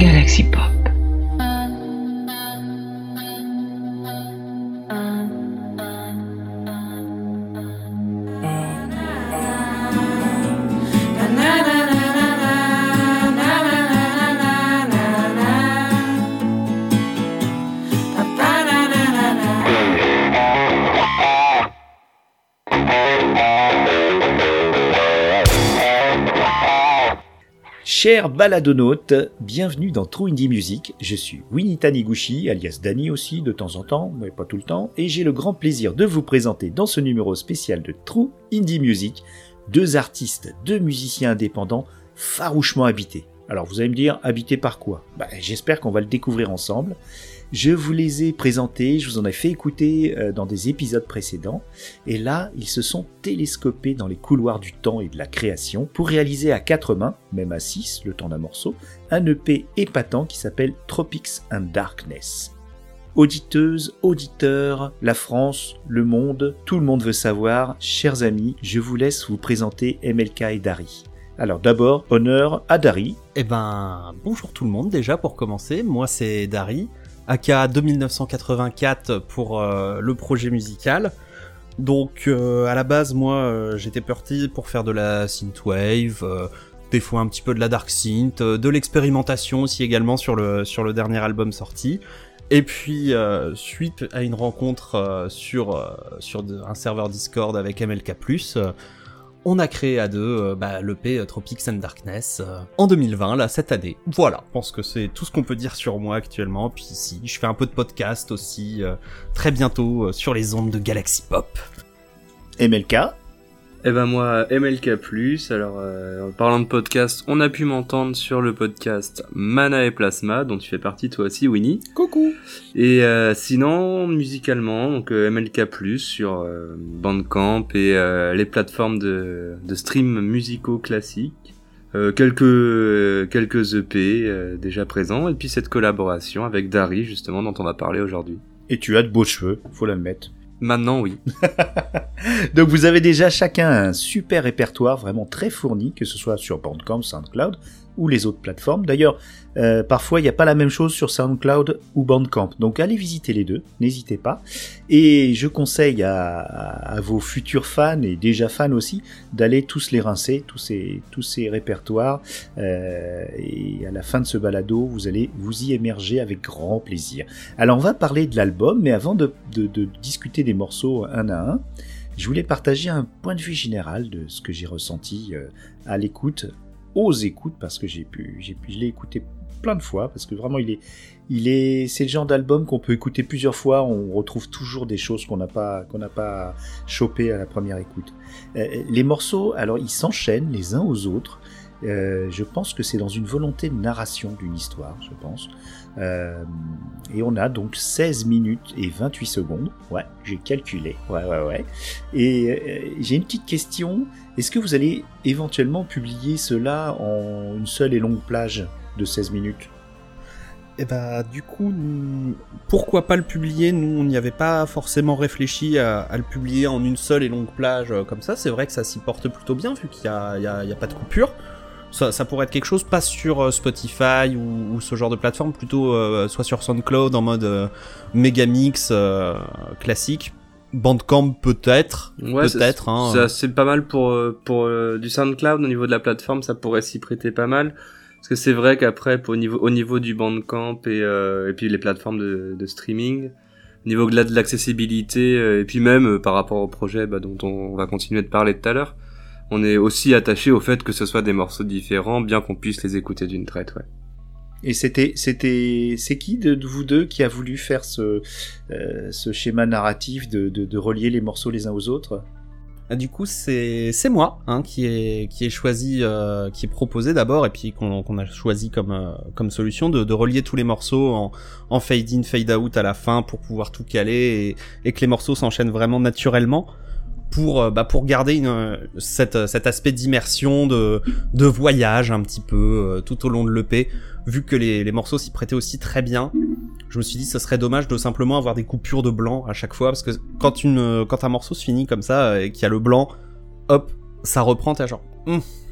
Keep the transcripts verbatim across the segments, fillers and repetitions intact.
Galaxy Pop. Chers baladonautes, bienvenue dans True Indie Music. Je suis Winnie Taniguchi, alias Danny aussi de temps en temps, mais pas tout le temps, et j'ai le grand plaisir de vous présenter dans ce numéro spécial de True Indie Music deux artistes, deux musiciens indépendants farouchement habités. Alors vous allez me dire, habités par quoi ? Bah, j'espère qu'on va le découvrir ensemble. Je vous les ai présentés, je vous en ai fait écouter dans des épisodes précédents, et là, ils se sont télescopés dans les couloirs du temps et de la création pour réaliser à quatre mains, même à six, le temps d'un morceau, un E P épatant qui s'appelle Tropics and Darkness. Auditeuses, auditeurs, la France, le monde, tout le monde veut savoir, chers amis, je vous laisse vous présenter M L K et Dari. Alors d'abord, honneur à Dari. Eh ben, bonjour tout le monde déjà pour commencer, moi c'est Dari. aka deux mille neuf cent quatre-vingt-quatre pour euh, le projet musical. Donc euh, à la base moi euh, j'étais parti pour faire de la synthwave, euh, des fois un petit peu de la dark synth, euh, de l'expérimentation aussi également sur le, sur le dernier album sorti. Et puis euh, suite à une rencontre euh, sur, euh, sur un serveur Discord avec M L K plus, euh, on a créé à deux euh, bah, l'E P euh, Tropics and Darkness euh, en deux mille vingt, là, cette année. Voilà, je pense que c'est tout ce qu'on peut dire sur moi actuellement. Puis ici, je fais un peu de podcast aussi, euh, très bientôt euh, sur les ondes de Galaxy Pop. M L K. Eh ben moi, M L K plus, alors euh, en parlant de podcast, on a pu m'entendre sur le podcast Mana et Plasma, dont tu fais partie toi aussi, Winnie. Coucou. Et euh, sinon, musicalement, donc euh, M L K plus sur euh, Bandcamp et euh, les plateformes de, de stream musicaux classiques. Euh, quelques euh, quelques E P euh, déjà présents, et puis cette collaboration avec Dari, justement, dont on va parler aujourd'hui. Et tu as de beaux cheveux, faut l'admettre. Maintenant, oui. Donc vous avez déjà chacun un super répertoire vraiment très fourni, que ce soit sur Bandcamp, SoundCloud ou les autres plateformes. D'ailleurs, euh, parfois il n'y a pas la même chose sur SoundCloud ou Bandcamp. Donc allez visiter les deux, n'hésitez pas. Et je conseille à, à, à vos futurs fans et déjà fans aussi d'aller tous les rincer, tous ces, tous ces répertoires. Euh, et à la fin de ce balado, vous allez vous y émerger avec grand plaisir. Alors on va parler de l'album, mais avant de, de, de discuter des morceaux un à un, je voulais partager un point de vue général de ce que j'ai ressenti euh, à l'écoute, aux écoutes, parce que j'ai pu, j'ai pu, je l'ai écouté plein de fois, parce que vraiment il est, il est, c'est le genre d'album qu'on peut écouter plusieurs fois, on retrouve toujours des choses qu'on n'a pas, qu'on n'a pas chopées à la première écoute. Euh, les morceaux, alors ils s'enchaînent les uns aux autres. Euh, je pense que c'est dans une volonté de narration d'une histoire, je pense. Euh, et on a donc seize minutes et vingt-huit secondes. Ouais, j'ai calculé. Ouais, ouais, ouais. Et euh, j'ai une petite question. Est-ce que vous allez éventuellement publier cela en une seule et longue plage de seize minutes ? Et bah du coup, pourquoi pas le publier ? Nous, on n'y avait pas forcément réfléchi à, à le publier en une seule et longue plage euh, comme ça. C'est vrai que ça s'y porte plutôt bien vu qu'il y a, il y a, il y a pas de coupure. Ça, ça pourrait être quelque chose, pas sur euh, Spotify ou, ou ce genre de plateforme, plutôt euh, soit sur SoundCloud en mode euh, Megamix euh, classique. Bandcamp peut-être, ouais, peut-être. C'est, hein. ça, c'est pas mal pour pour euh, du SoundCloud au niveau de la plateforme, ça pourrait s'y prêter pas mal. Parce que c'est vrai qu'après, au niveau au niveau du Bandcamp et euh, et puis les plateformes de, de streaming, au niveau de, la, de l'accessibilité euh, et puis même euh, par rapport au projet bah, dont on va continuer de parler tout à l'heure. On est aussi attaché au fait que ce soit des morceaux différents, bien qu'on puisse les écouter d'une traite, ouais. Et c'était, c'était, c'est qui de, de vous deux qui a voulu faire ce, euh, ce schéma narratif de, de, de relier les morceaux les uns aux autres ? Ah, du coup, c'est c'est moi hein, qui est qui est choisi, euh, qui est proposé d'abord, et puis qu'on qu'on a choisi comme euh, comme solution de, de relier tous les morceaux en en fade in, fade out à la fin pour pouvoir tout caler et, et que les morceaux s'enchaînent vraiment naturellement. Pour bah pour garder une cette cet aspect d'immersion, de de voyage un petit peu euh, tout au long de l'E P, vu que les les morceaux s'y prêtaient aussi très bien. Je me suis dit ça serait dommage de simplement avoir des coupures de blanc à chaque fois, parce que quand une quand un morceau se finit comme ça et qu'il y a le blanc, hop, ça reprend, t'as genre hum,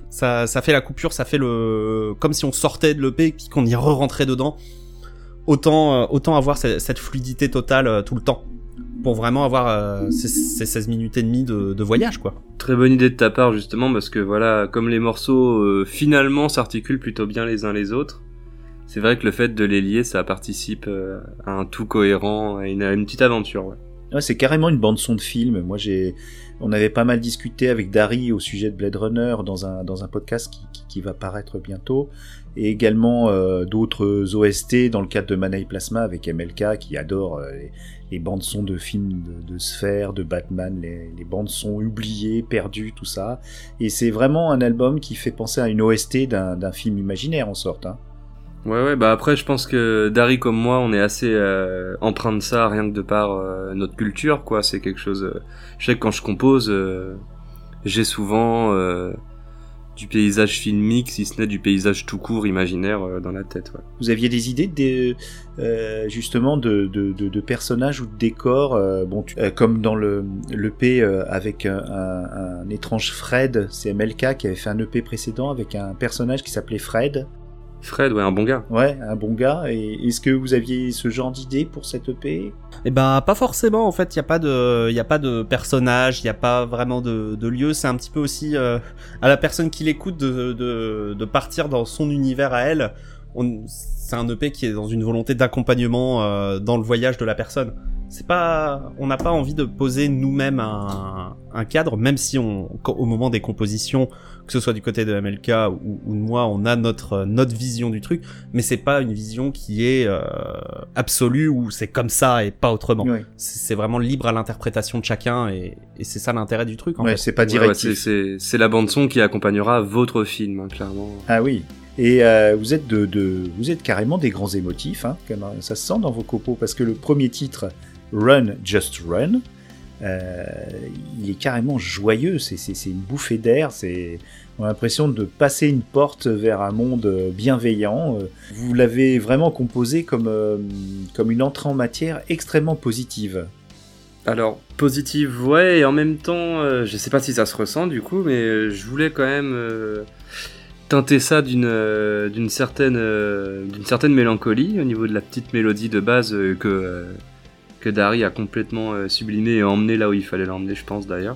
Ça, ça fait la coupure, ça fait le, comme si on sortait de l'E P, qu'on y re-rentrait dedans. Autant, euh, autant avoir cette, cette fluidité totale euh, tout le temps. Pour vraiment avoir euh, ces, ces seize minutes et demie de, de voyage, quoi. Très bonne idée de ta part, justement, parce que voilà, comme les morceaux, euh, finalement, s'articulent plutôt bien les uns les autres, c'est vrai que le fait de les lier, ça participe euh, à un tout cohérent, à une, à une petite aventure, ouais. Ouais, c'est carrément une bande-son de film. Moi, j'ai, on avait pas mal discuté avec Dari au sujet de Blade Runner dans un, dans un podcast qui, qui, qui va paraître bientôt. Et également euh, d'autres O S T dans le cadre de Manaï Plasma avec M L K qui adore euh, les, les bandes-sons de films de, de Sphère, de Batman, les, les bandes-sons oubliées, perdues, tout ça. Et c'est vraiment un album qui fait penser à une O S T d'un, d'un film imaginaire en sorte, hein. Ouais, ouais, bah après, je pense que Dari comme moi, on est assez euh, empreint de ça, rien que de par euh, notre culture, quoi. C'est quelque chose... Euh, je sais que quand je compose, euh, j'ai souvent euh, du paysage filmique, si ce n'est du paysage tout court, imaginaire, euh, dans la tête, ouais. Vous aviez des idées de, euh, justement de, de, de, de personnages ou de décors, euh, bon, tu, euh, comme dans le l'E P euh, avec un, un, un étrange Fred, c'est M L K qui avait fait un E P précédent avec un personnage qui s'appelait Fred. Fred, ouais, un bon gars. Ouais, un bon gars. Et est-ce que vous aviez ce genre d'idée pour cette E P ? Eh ben, pas forcément. En fait, il y a pas de, il y a pas de personnage, il y a pas vraiment de, de lieu. C'est un petit peu aussi euh, à la personne qui l'écoute de, de, de partir dans son univers à elle. On, c'est un E P qui est dans une volonté d'accompagnement euh, dans le voyage de la personne. C'est pas, on n'a pas envie de poser nous-mêmes un, un cadre, même si on, au moment des compositions, que ce soit du côté de M L K ou, ou de moi, on a notre notre vision du truc, mais c'est pas une vision qui est euh, absolue ou c'est comme ça et pas autrement. Oui. C'est, c'est vraiment libre à l'interprétation de chacun et, et c'est ça l'intérêt du truc. En ouais, fait. c'est pas Ouais, ouais, directif. c'est, c'est, c'est la bande son qui accompagnera votre film, hein, clairement. Ah oui. Et euh, vous êtes de, de, vous êtes carrément des grands émotifs, hein. Ça se sent dans vos copeaux parce que le premier titre, Run Just Run, euh, il est carrément joyeux. C'est, c'est, c'est une bouffée d'air. C'est, on a l'impression de passer une porte vers un monde bienveillant. Vous l'avez vraiment composé comme euh, comme une entrée en matière extrêmement positive. Alors, positive, ouais, et en même temps, euh, je sais pas si ça se ressent du coup, mais euh, je voulais quand même euh, teinter ça d'une euh, d'une certaine euh, d'une certaine mélancolie au niveau de la petite mélodie de base euh, que euh, que Dari a complètement euh, sublimé et emmené là où il fallait l'emmener, je pense d'ailleurs.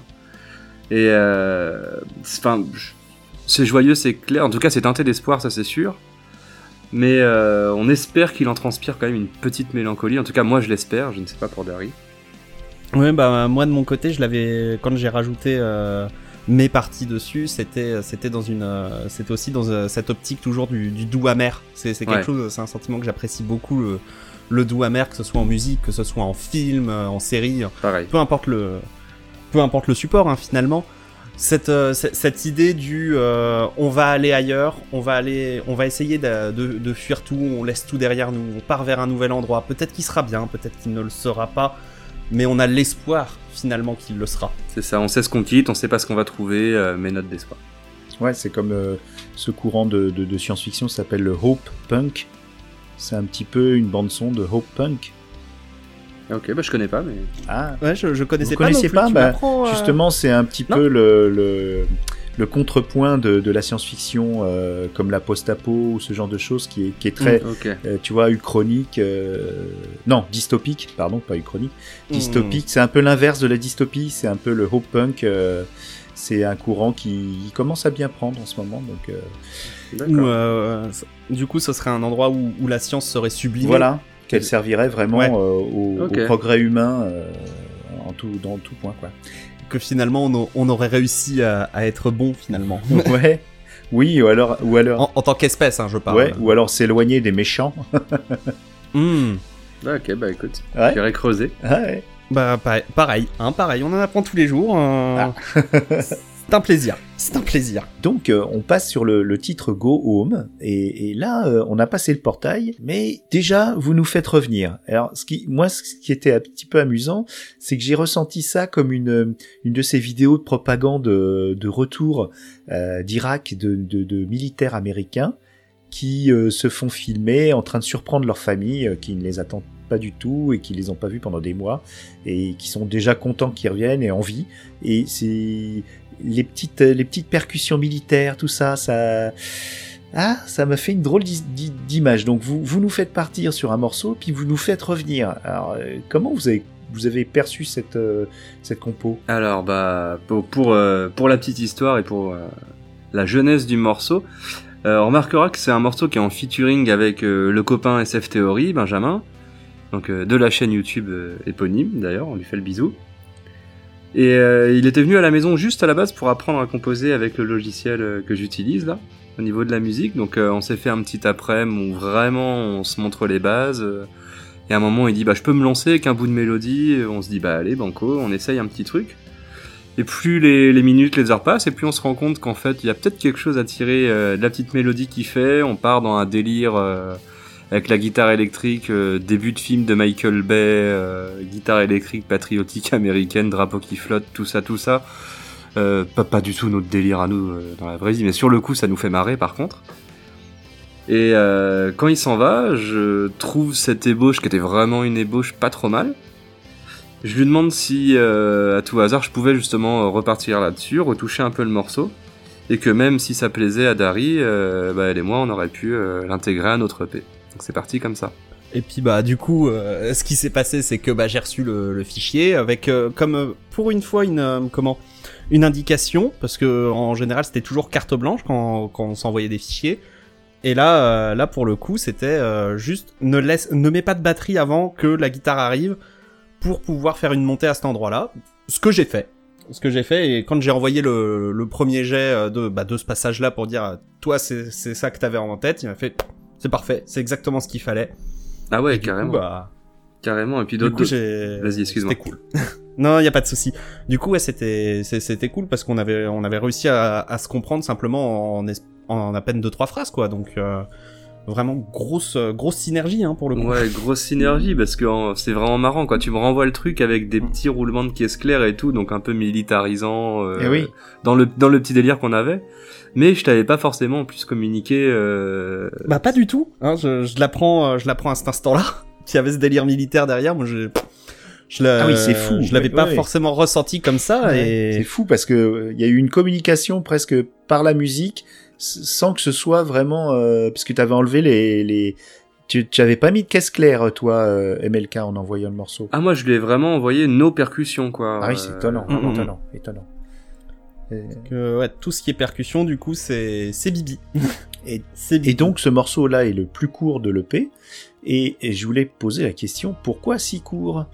Et euh, enfin, c'est joyeux, c'est clair. En tout cas, c'est teinté d'espoir, ça c'est sûr. Mais euh, on espère qu'il en transpire quand même une petite mélancolie. En tout cas, moi je l'espère. Je ne sais pas pour Dari. Ouais, bah moi de mon côté, je l'avais quand j'ai rajouté euh, mes parties dessus, c'était c'était dans une euh, c'était aussi dans euh, cette optique toujours du, du doux amer. C'est c'est quelque Ouais. chose, c'est un sentiment que j'apprécie beaucoup, le le doux amer, que ce soit en musique, que ce soit en film, euh, en série, Pareil. peu importe le peu importe le support, hein, finalement. Cette euh, cette, cette idée du euh, on va aller ailleurs, on va aller on va essayer de, de de fuir tout, on laisse tout derrière nous, on part vers un nouvel endroit. Peut-être qu'il sera bien, peut-être qu'il ne le sera pas. Mais on a l'espoir, finalement, qu'il le sera. C'est ça, on sait ce qu'on quitte, on sait pas ce qu'on va trouver, euh, mais note d'espoir. Ouais, c'est comme euh, ce courant de, de, de science-fiction s'appelle le Hope Punk. C'est un petit peu une bande-son de Hope Punk. Ok, bah je connais pas, mais... Ah, Ouais, je, je connaissais vous pas non connaissiez plus, pas tu bah, m'apprends, euh, justement, c'est un petit non. peu le, le, le contrepoint de, de la science-fiction, euh, comme la post-apo ou ce genre de choses qui est, qui est très, Ok. euh, tu vois, uchronique. Euh... Non, dystopique, pardon, pas uchronique. Dystopique, c'est un peu l'inverse de la dystopie, c'est un peu le Hope Punk. Euh, c'est un courant qui il commence à bien prendre en ce moment, donc... Euh... D'accord. Ou, euh, du coup, ce serait un endroit où, où la science serait sublimée. Voilà, qu'elle servirait vraiment Ouais. euh, au, Ok. au progrès humain euh, en tout, dans tout point, quoi. Que finalement, on, a- on aurait réussi à, à être bon, finalement. Ouais, oui, ou alors, ou alors, en, en tant qu'espèce, hein, je parle. ouais, ou alors s'éloigner des méchants. Hmm. Ah, ok, bah écoute, Ouais. j'irai creuser. Ah ouais. Bah, pareil, pareil, hein, pareil, on en apprend tous les jours. euh, Ah. C'est un plaisir, c'est un plaisir. Donc, euh, on passe sur le, le titre Go Home, et, et là, euh, on a passé le portail, mais déjà, vous nous faites revenir. Alors, ce qui, moi, ce qui était un petit peu amusant, c'est que j'ai ressenti ça comme une, une de ces vidéos de propagande de, de retour euh, d'Irak de, de, de militaires américains qui euh, se font filmer en train de surprendre leur famille, euh, qui ne les attendent pas du tout et qui les ont pas vus pendant des mois, et qui sont déjà contents qu'ils reviennent et en vie. Et c'est les petites, les petites percussions militaires, tout ça, ça, ah, ça m'a fait une drôle d'image. Donc vous, vous nous faites partir sur un morceau, puis vous nous faites revenir. Alors, euh, comment vous avez, vous avez perçu cette, euh, cette compo? Alors, bah, pour, pour, euh, pour la petite histoire et pour euh, la jeunesse du morceau, euh, on remarquera que c'est un morceau qui est en featuring avec euh, le copain S F Theory, Benjamin, donc euh, de la chaîne YouTube euh, éponyme, d'ailleurs, on lui fait le bisou. Et euh, il était venu à la maison juste à la base pour apprendre à composer avec le logiciel euh, que j'utilise là, au niveau de la musique. Donc euh, on s'est fait un petit après-midi où vraiment on se montre les bases. Euh, et à un moment il dit bah je peux me lancer avec un bout de mélodie. On se dit bah allez banco, on essaye un petit truc. Et plus les, les minutes, les heures passent, et plus on se rend compte qu'en fait il y a peut-être quelque chose à tirer euh, de la petite mélodie qu'il fait. On part dans un délire euh, avec la guitare électrique, euh, début de film de Michael Bay, euh, guitare électrique patriotique américaine, drapeau qui flotte, tout ça, tout ça. Euh, pas, pas du tout notre délire à nous euh, dans la vraie vie, mais sur le coup ça nous fait marrer par contre. Et euh, quand il s'en va, je trouve cette ébauche qui était vraiment une ébauche pas trop mal. Je lui demande si, euh, à tout hasard, je pouvais justement repartir là-dessus, retoucher un peu le morceau, et que même si ça plaisait à Dari, euh, bah, elle et moi on aurait pu euh, l'intégrer à notre E P. Donc c'est parti comme ça. Et puis bah du coup, euh, ce qui s'est passé, c'est que bah j'ai reçu le, le fichier avec euh, comme euh, pour une fois une euh, comment une indication, parce que en général c'était toujours carte blanche quand quand on s'envoyait des fichiers. Et là euh, là pour le coup c'était euh, juste ne laisse ne mets pas de batterie avant que la guitare arrive pour pouvoir faire une montée à cet endroit-là. Ce que j'ai fait. Ce que j'ai fait, et quand j'ai envoyé le, le premier jet de bah de ce passage-là pour dire toi c'est c'est ça que t'avais en tête, il m'a fait c'est parfait, c'est exactement ce qu'il fallait. Ah ouais, et carrément. Coup, bah, carrément. Et puis d'autres. Du coup, j'ai... Vas-y, excuse-moi. C'était cool. Non, y a pas de souci. Du coup, ouais, c'était, c'était cool parce qu'on avait, on avait réussi à, à se comprendre simplement en, en à peine deux trois phrases, quoi. Donc, euh, vraiment grosse, grosse synergie, hein, pour le coup. Ouais, grosse synergie parce que euh, c'est vraiment marrant, quoi. Tu me renvoies le truc avec des petits roulements de caisse claire et tout, donc un peu militarisant. Euh, et oui. Dans le dans le petit délire qu'on avait. Mais je t'avais pas forcément en plus communiqué. Euh... Bah pas du tout. Hein, je, je l'apprends, je l'apprends à cet instant-là. Il y avait ce délire militaire derrière. Moi, je, je l'avais. Ah oui, c'est fou. Je l'avais ouais, pas ouais. forcément ressenti comme ça. Ouais, et c'est fou parce que il y a eu une communication presque par la musique, sans que ce soit vraiment euh, parce que t'avais enlevé les les. Tu, tu avais pas mis de caisse claire, toi, euh, M L K, en envoyant le morceau. Ah moi, je lui ai vraiment envoyé nos percussions, quoi. Ah oui, c'est étonnant, euh... mm-hmm. étonnant, étonnant. Que, ouais, tout ce qui est percussion, du coup, c'est, c'est Bibi. et, c'est Bibi. Et donc, ce morceau-là est le plus court de l'E P. Et, et je voulais poser la question, pourquoi si court?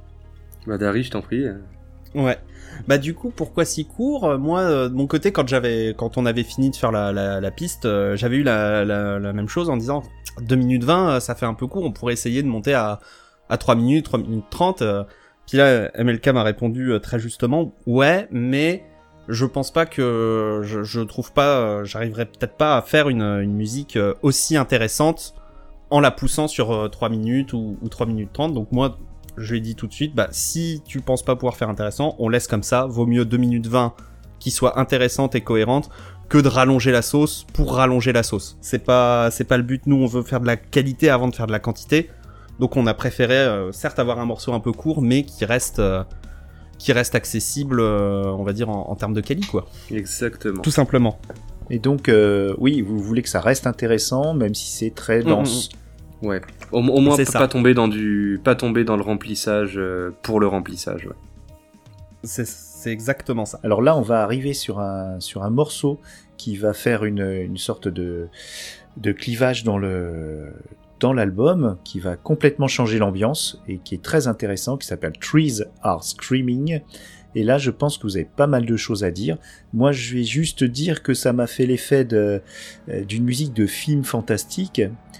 Bah, Dari, je t'en prie. Ouais. Bah, du coup, pourquoi si court? Moi, euh, de mon côté, quand j'avais, quand on avait fini de faire la, la, la piste, euh, j'avais eu la, la, la même chose en disant, deux minutes vingt, ça fait un peu court, on pourrait essayer de monter à, à trois minutes, trois minutes trente. Euh. Puis là, M L K m'a répondu euh, très justement, ouais, mais je pense pas que je, je trouve pas, euh, j'arriverai peut-être pas à faire une, une musique euh, aussi intéressante en la poussant sur euh, trois minutes ou, ou trois minutes trente. Donc moi, je lui ai dit tout de suite, bah si tu penses pas pouvoir faire intéressant, on laisse comme ça. Vaut mieux deux minutes vingt qui soit intéressante et cohérente que de rallonger la sauce pour rallonger la sauce. C'est pas, c'est pas le but. Nous, on veut faire de la qualité avant de faire de la quantité. Donc on a préféré, euh, certes, avoir un morceau un peu court, mais qui reste. Euh, qui reste accessible, euh, on va dire, en, en termes de quali, quoi. Exactement. Tout simplement. Et donc, euh, oui, vous voulez que ça reste intéressant, même si c'est très dense. Mmh, mmh. Ouais. Au, au moins, c'est pas, ça. pas tomber dans du, pas tomber dans le remplissage euh, pour le remplissage, ouais. C'est, c'est exactement ça. Alors là, on va arriver sur un, sur un morceau qui va faire une, une sorte de, de clivage dans le, dans l'album, qui va complètement changer l'ambiance et qui est très intéressant, qui s'appelle Trees Are Screaming. Et là, je pense que vous avez pas mal de choses à dire. Moi, je vais juste dire que ça m'a fait l'effet de, d'une musique de film fantastique.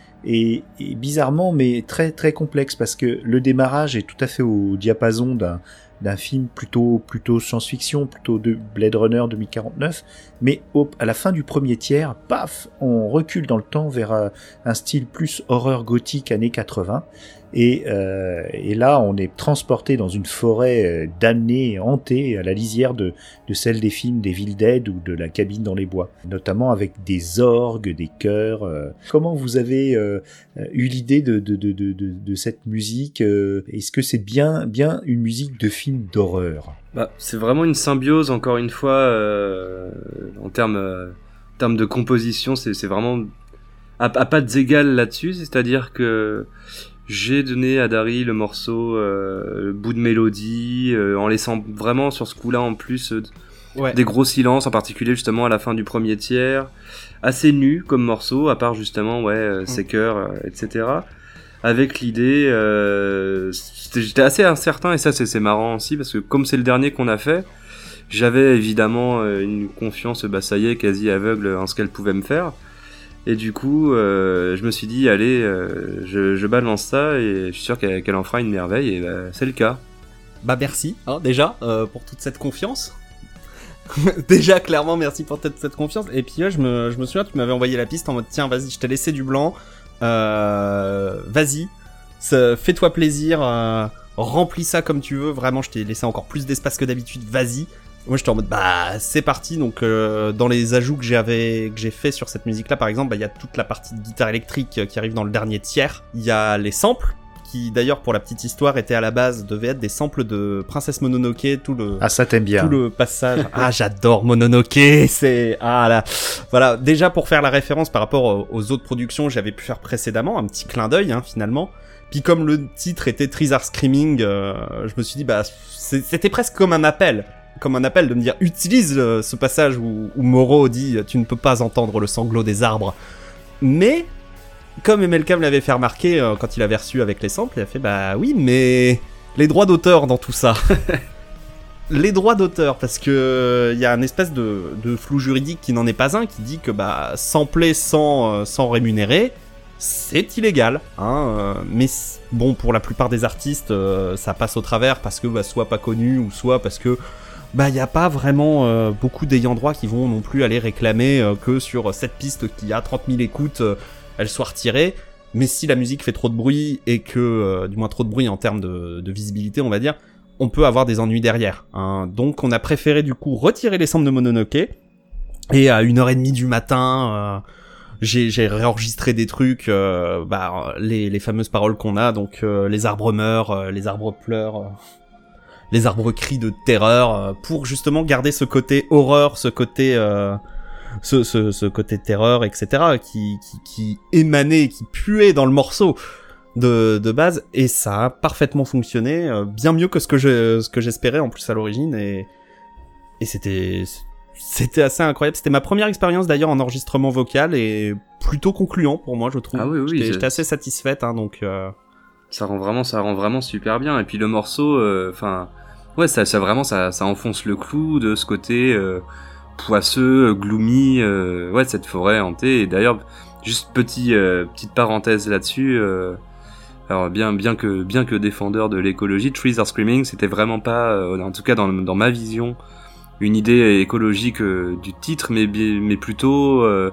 Et, et bizarrement, mais très très complexe, parce que le démarrage est tout à fait au diapason d'un, d'un film plutôt plutôt science-fiction, plutôt de Blade Runner deux mille quarante-neuf, mais au, à la fin du premier tiers, paf, on recule dans le temps vers un, un style plus horreur gothique années quatre-vingts, et, euh, et là on est transporté dans une forêt euh, damnée, hantée, à la lisière de, de celle des films d'Evil Dead ou de La cabine dans les bois, notamment avec des orgues, des chœurs. Euh. Comment vous avez euh, eu l'idée de, de, de, de, de, de cette musique? euh, Est-ce que c'est bien, bien une musique de film film d'horreur. Bah, c'est vraiment une symbiose, encore une fois, euh, en termes euh, en termes de composition, c'est, c'est vraiment à, à pattes égales là-dessus, c'est-à-dire que j'ai donné à Dari le morceau, euh, le bout de mélodie, euh, en laissant vraiment sur ce coup-là en plus euh, ouais. des gros silences, en particulier justement à la fin du premier tiers, assez nu comme morceau, à part justement ouais euh, ses chœurs, euh, et cetera. Avec l'idée, euh, j'étais assez incertain, et ça c'est, c'est marrant aussi, parce que comme c'est le dernier qu'on a fait, j'avais évidemment euh, une confiance, bah ça y est, quasi aveugle en ce qu'elle pouvait me faire. Et du coup, euh, je me suis dit, allez, euh, je, je balance ça, et je suis sûr qu'elle, qu'elle en fera une merveille, et bah, c'est le cas. Bah merci, hein, déjà, euh, pour toute cette confiance. Déjà, clairement, merci pour toute cette confiance. Et puis, ouais, je me, je me souviens, tu m'avais envoyé la piste en mode, tiens, vas-y, je t'ai laissé du blanc, euh, vas-y, ça, fais-toi plaisir, euh, remplis ça comme tu veux, vraiment, je t'ai laissé encore plus d'espace que d'habitude, vas-y. Moi j'étais en mode bah c'est parti, donc euh, dans les ajouts que j'avais que j'ai fait sur cette musique là par exemple, bah il y a toute la partie de guitare électrique qui arrive dans le dernier tiers, il y a les samples qui d'ailleurs pour la petite histoire étaient à la base devaient être des samples de Princesse Mononoke, tout le ah ça t'aime bien tout le passage ah j'adore Mononoke, c'est ah là voilà, déjà pour faire la référence par rapport aux autres productions que j'avais pu faire précédemment, un petit clin d'œil hein, finalement. Puis comme le titre était Trees Are Screaming, euh, je me suis dit bah c'est, c'était presque comme un appel comme un appel de me dire utilise euh, ce passage où, où Moreau dit tu ne peux pas entendre le sanglot des arbres. Mais comme M L K me l'avait fait remarquer euh, quand il avait reçu avec les samples, il a fait bah oui mais les droits d'auteur dans tout ça. Les droits d'auteur, parce que il euh, y a une espèce de, de flou juridique qui n'en est pas un, qui dit que bah sampler sans, euh, sans rémunérer, c'est illégal, hein, euh, mais bon pour la plupart des artistes euh, ça passe au travers parce que bah, soit pas connu ou soit parce que bah y a pas vraiment euh, beaucoup d'ayants droit qui vont non plus aller réclamer euh, que sur cette piste qui a trente mille écoutes, euh, elle soit retirée. Mais si la musique fait trop de bruit et que, euh, du moins trop de bruit en termes de, de visibilité on va dire, on peut avoir des ennuis derrière. Hein. Donc on a préféré du coup retirer les samples de Mononoke, et à une heure et demie du matin, euh, j'ai, j'ai réenregistré des trucs, euh, bah, les, les fameuses paroles qu'on a, donc euh, les arbres meurent, euh, les arbres pleurent... Euh, les arbres crient de terreur, euh, pour justement garder ce côté horreur, ce côté, euh, ce, ce, ce côté terreur, et cetera, qui, qui, qui émanait, qui puait dans le morceau de, de base, et ça a parfaitement fonctionné, euh, bien mieux que ce que je, ce que j'espérais en plus à l'origine, et, et c'était, c'était assez incroyable. C'était ma première expérience d'ailleurs en enregistrement vocal, et plutôt concluant pour moi, je trouve. Ah oui, oui. J'étais, j'étais assez satisfaite, hein, donc. Euh... Ça rend vraiment, ça rend vraiment super bien. Et puis le morceau, enfin. Euh, Ouais, ça, ça vraiment, ça, ça enfonce le clou de ce côté euh, poisseux, gloomy, euh, ouais, cette forêt hantée. Et d'ailleurs, juste petit, euh, petite parenthèse là-dessus. Euh, alors bien, bien que, bien que défendeur de l'écologie, Trees Are Screaming, c'était vraiment pas, euh, en tout cas dans, dans ma vision, une idée écologique euh, du titre, mais, mais plutôt euh,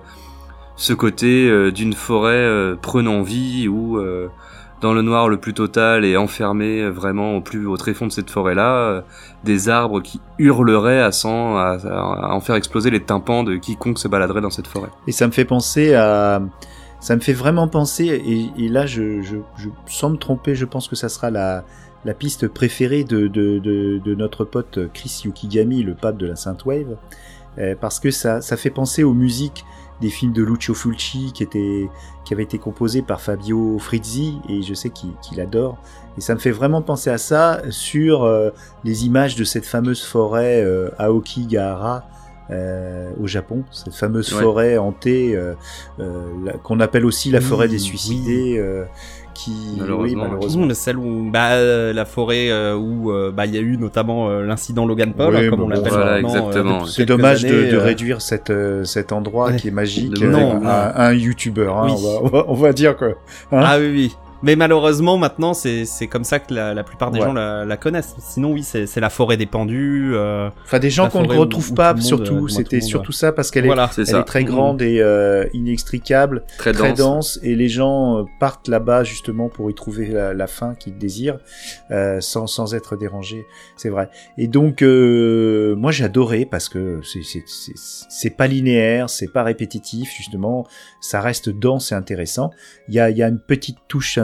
ce côté euh, d'une forêt euh, prenant vie où euh, dans le noir le plus total et enfermé vraiment au plus au tréfonds de cette forêt-là, euh, des arbres qui hurleraient à, s'en, à, à en faire exploser les tympans de quiconque se baladerait dans cette forêt. Et ça me fait penser à... Ça me fait vraiment penser, et, et là je, je, je, sans me tromper, je pense que ça sera la, la piste préférée de, de, de, de notre pote Chris Yukigami, le pape de la synthwave, euh, parce que ça, ça fait penser aux musiques des films de Lucio Fulci qui étaient qui avaient été composés par Fabio Frizzi, et je sais qu'il, qu'il adore, et ça me fait vraiment penser à ça sur euh, les images de cette fameuse forêt euh, Aokigahara euh, au Japon, cette fameuse ouais. forêt hantée euh, euh, la, qu'on appelle aussi la forêt oui, des suicidés, oui. euh, qui malheureusement, oui, malheureusement. Mmh, celle où bah euh, la forêt euh, où euh, bah il y a eu notamment euh, l'incident Logan Paul, oui, hein, comme bon, on l'appelle voilà, maintenant. Exactement. Euh, c'est dommage années, de, de euh... réduire cette euh, cet endroit ouais. qui est magique non, euh, à, à un youtubeur, hein, oui. on, va, on, va, on va dire quoi. Hein ah oui oui. Mais malheureusement maintenant c'est c'est comme ça que la, la plupart des ouais. gens la, la connaissent. Sinon oui c'est c'est la forêt des pendus. Euh, enfin des gens qu'on ne retrouve où, pas où surtout. Monde, C'était monde, surtout ouais. ça parce qu'elle voilà, est, c'est elle ça. est très grande mmh. et euh, inextricable, très, très dense. dense, et les gens partent là-bas justement pour y trouver la, la fin qu'ils désirent euh, sans sans être dérangés. C'est vrai. Et donc euh, moi j'ai adoré parce que c'est c'est c'est c'est pas linéaire, c'est pas répétitif justement, ça reste dense et intéressant. Il y a il y a une petite touche un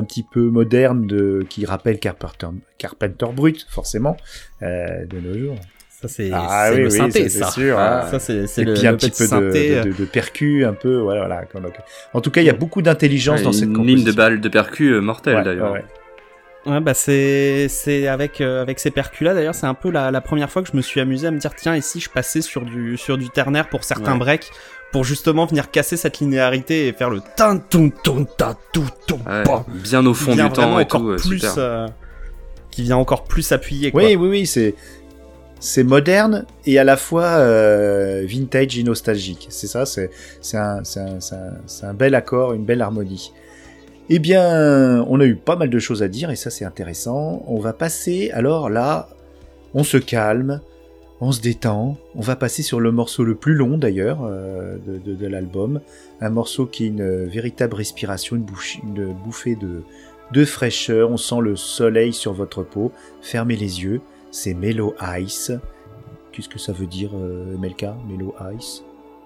petit peu moderne de qui rappelle Carpenter, Carpenter Brut, forcément, euh, de nos jours. Ça c'est, ah, c'est oui, le oui, synthé, ça. ça. C'est sûr, ah, hein. Ça c'est, c'est et le, puis un le petit petit peu synthé. de, de, de, de percu, un peu, voilà, voilà. En tout cas, il y a beaucoup d'intelligence ouais, dans cette une composition. Une ligne de balles de percu euh, mortelle ouais, d'ailleurs. Ouais, ouais. Ouais, bah c'est c'est avec euh, avec ces percus là d'ailleurs, c'est un peu la la première fois que je me suis amusé à me dire tiens, ici je passais sur du sur du ternaire pour certains ouais. breaks pour justement venir casser cette linéarité et faire le tin ton ton ta tout ton ouais, bien au fond du temps et tout, plus, super. Euh, qui vient encore plus appuyer quoi. Oui, oui, oui, c'est c'est moderne et à la fois euh, vintage et nostalgique. C'est ça, c'est c'est un c'est un c'est un, c'est un bel accord, une belle harmonie. Eh bien, on a eu pas mal de choses à dire et ça c'est intéressant. On va passer, alors là, on se calme, on se détend. On va passer sur le morceau le plus long d'ailleurs euh, de, de, de l'album. Un morceau qui est une véritable respiration, une, bouche, une bouffée de, de fraîcheur. On sent le soleil sur votre peau. Fermez les yeux. C'est Mellow Ice. Qu'est-ce que ça veut dire, euh, M L K, Mellow Ice ?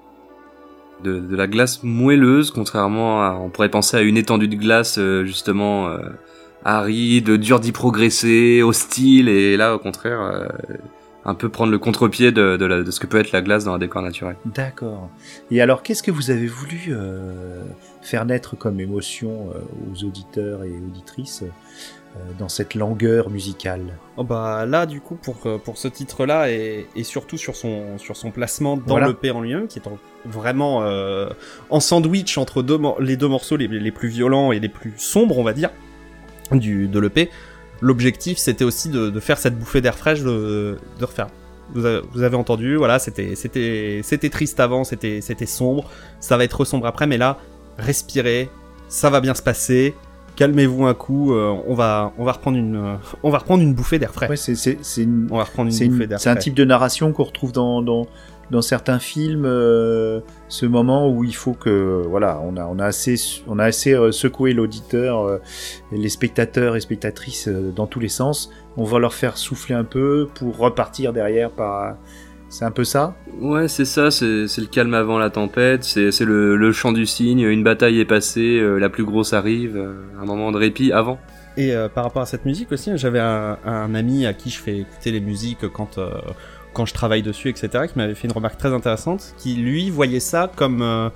De, de la glace moelleuse, contrairement à, on pourrait penser à une étendue de glace euh, justement euh, aride, dur d'y progresser, hostile, et là au contraire euh, un peu prendre le contre-pied de, de, la, de ce que peut être la glace dans un décor naturel. D'accord. Et alors qu'est-ce que vous avez voulu euh, faire naître comme émotion euh, aux auditeurs et auditrices euh, dans cette langueur musicale ? Oh bah là du coup pour pour ce titre là et, et surtout sur son sur son placement dans voilà. l'E P en lui-même qui est en, vraiment euh, en sandwich entre deux les deux morceaux les, les plus violents et les plus sombres on va dire du de l'E P. L'objectif c'était aussi de, de faire cette bouffée d'air fraîche de, de refaire. Vous avez, vous avez entendu, voilà, c'était c'était c'était triste avant, c'était c'était sombre, ça va être sombre après, mais là respirez, ça va bien se passer. Calmez-vous un coup, euh, on va on va reprendre une euh, on va reprendre une bouffée d'air frais. Ouais, c'est c'est c'est une on va reprendre une c'est bouffée une, d'air c'est frais. un type de narration qu'on retrouve dans dans dans certains films, euh, ce moment où il faut que voilà, on a on a assez on a assez euh, secoué l'auditeur, euh, les spectateurs et spectatrices euh, dans tous les sens. On va leur faire souffler un peu pour repartir derrière par. C'est un peu ça ? Ouais, c'est ça, c'est, c'est le calme avant la tempête, c'est, c'est le, le chant du cygne, une bataille est passée, euh, la plus grosse arrive, euh, un moment de répit avant. Et euh, par rapport à cette musique aussi, j'avais un, un ami à qui je fais écouter les musiques quand, euh, quand je travaille dessus, et cetera, qui m'avait fait une remarque très intéressante, qui lui voyait ça comme... Euh,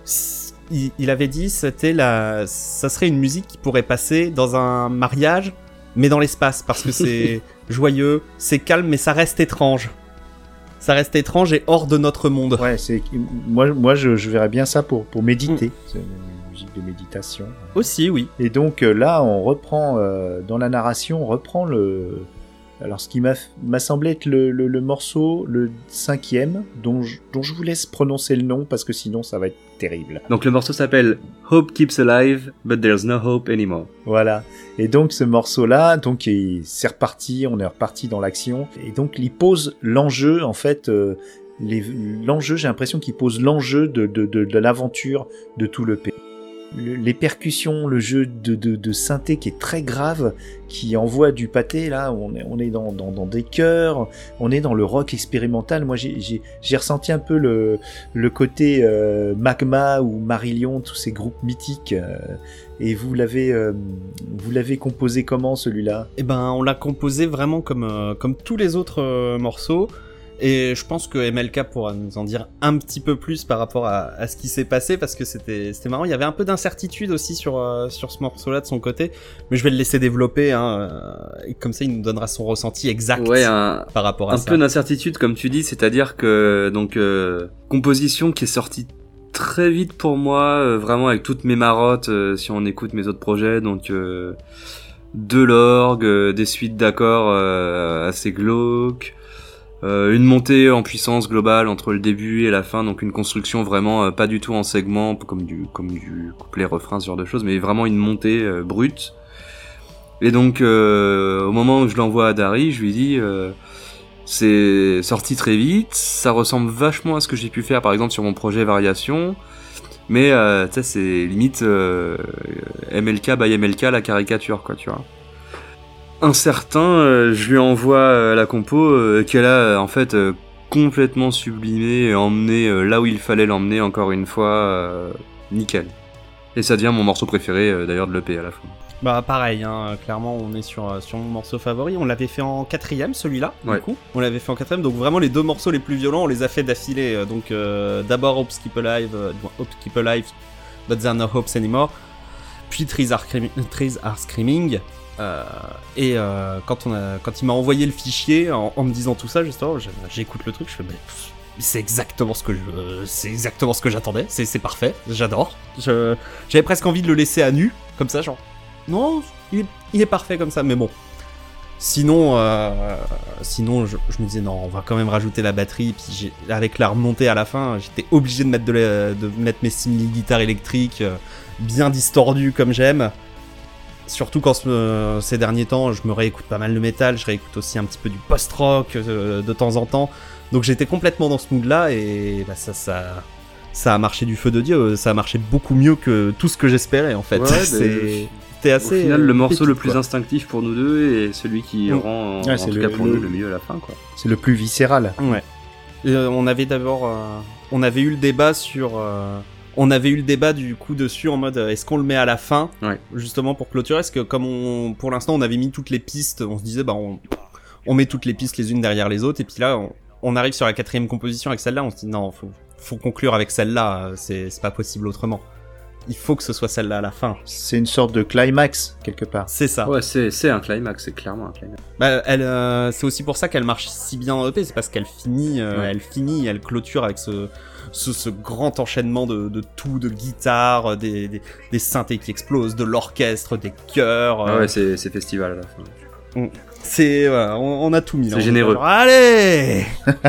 il, il avait dit c'était la, ça serait une musique qui pourrait passer dans un mariage, mais dans l'espace, parce que c'est joyeux, c'est calme, mais ça reste étrange. Ça reste étrange et hors de notre monde. Ouais, c'est moi, moi je, je verrais bien ça pour pour méditer. Mm. C'est une musique de méditation. Aussi, oui. Et donc euh, là, on reprend euh, dans la narration, on reprend le. Alors, ce qui m'a m'a semblé être le, le, le morceau, le cinquième, dont je, dont je vous laisse prononcer le nom parce que sinon ça va être terrible. Donc le morceau s'appelle Hope Keeps Alive, but there's no hope anymore. Voilà. Et donc ce morceau-là, donc il, c'est reparti, on est reparti dans l'action. Et donc il pose l'enjeu, en fait, euh, les, l'enjeu, j'ai l'impression qu'il pose l'enjeu de, de, de, de l'aventure de tout le pays. Le, les percussions, le jeu de, de, de synthé qui est très grave, qui envoie du pâté, là, on est, on est dans, dans, dans des chœurs, on est dans le rock expérimental. Moi, j'ai, j'ai, j'ai ressenti un peu le, le côté euh, Magma ou Marillion, tous ces groupes mythiques. Euh, et vous l'avez, euh, vous l'avez composé comment, celui-là ? Eh ben, on l'a composé vraiment comme, euh, comme tous les autres euh, morceaux. Et je pense que M L K pourra nous en dire un petit peu plus par rapport à, à ce qui s'est passé, parce que c'était, c'était marrant. Il y avait un peu d'incertitude aussi sur, euh, sur ce morceau-là de son côté, mais je vais le laisser développer, hein, et comme ça il nous donnera son ressenti exact ouais, un, par rapport à un ça. Un peu d'incertitude, comme tu dis, c'est-à-dire que donc euh, composition qui est sortie très vite pour moi, euh, vraiment avec toutes mes marottes, euh, si on écoute mes autres projets, donc euh, de l'orgue, euh, des suites d'accords euh, assez glauques. Euh, une montée en puissance globale entre le début et la fin, donc une construction vraiment euh, pas du tout en segment comme du comme du couplet refrain, ce genre de choses, mais vraiment une montée euh, brute. Et donc euh, au moment où je l'envoie à Dari, je lui dis euh, c'est sorti très vite, ça ressemble vachement à ce que j'ai pu faire par exemple sur mon projet Variation, mais euh, tu sais c'est limite euh, M L K by M L K la caricature quoi, tu vois. Incertain, euh, je lui envoie euh, la compo euh, qu'elle a euh, en fait euh, complètement sublimée et emmenée euh, là où il fallait l'emmener encore une fois, euh, nickel. Et ça devient mon morceau préféré euh, d'ailleurs de l'E P à la fin. Bah pareil, hein, clairement on est sur, sur mon morceau favori. On l'avait fait en quatrième celui-là, Ouais. du coup. On l'avait fait en quatrième, donc vraiment les deux morceaux les plus violents, on les a fait d'affilée. euh, Donc euh, d'abord Hope Keep Alive, euh, Hope Keep Alive, But There Are No Hopes Anymore. Puis Trees Are, Scream- Trees Are Screaming. Euh, et euh, quand, on a, quand il m'a envoyé le fichier en, en me disant tout ça, justement, j'ai- j'écoute le truc, je fais mais pff, c'est exactement ce que je, c'est exactement ce que j'attendais. C'est, c'est parfait, j'adore. Je, j'avais presque envie de le laisser à nu, comme ça, genre. Non, il est, il est parfait comme ça, mais bon. Sinon, euh, sinon, je, je me disais non, on va quand même rajouter la batterie. Puis j'ai, avec la remontée à la fin, j'étais obligé de mettre de, la, de mettre mes simili guitares électriques euh, bien distordues comme j'aime. Surtout quand euh, ces derniers temps, je me réécoute pas mal de métal, je réécoute aussi un petit peu du post-rock euh, de temps en temps. Donc j'étais complètement dans ce mood-là et bah, ça, ça, ça a marché du feu de Dieu. Ça a marché beaucoup mieux que tout ce que j'espérais en fait. Ouais, C'est... C'était assez. Au final, euh, le morceau pépite, le plus quoi. instinctif pour nous deux et celui qui Mm. rend, en, Ouais, en c'est tout le- cas pour le- nous, le mieux à la fin, quoi. C'est le plus viscéral. Ouais. Et, euh, on avait d'abord, euh, on avait eu le débat sur, euh, on avait eu le débat du coup dessus en mode, euh, est-ce qu'on le met à la fin, Ouais. justement pour clôturer, parce que comme on, pour l'instant, on avait mis toutes les pistes, on se disait, bah on, on met toutes les pistes les unes derrière les autres, et puis là, on, on arrive sur la quatrième composition avec celle-là, on se dit non, faut, faut conclure avec celle-là, euh, c'est, c'est pas possible autrement. Il faut que ce soit celle-là à la fin. C'est une sorte de climax, quelque part. C'est ça. Ouais, c'est, c'est un climax, c'est clairement un climax. Bah, elle, euh, c'est aussi pour ça qu'elle marche si bien en E P, c'est parce qu'elle finit, euh, Ouais. elle finit, elle clôture avec ce, ce, ce grand enchaînement de, de tout, de guitare, des, des, des synthés qui explosent, de l'orchestre, des chœurs. Ah euh, ouais, c'est, c'est festival à la fin. c'est, voilà, on, on a tout mis. là. C'est On est généreux. genre, allez.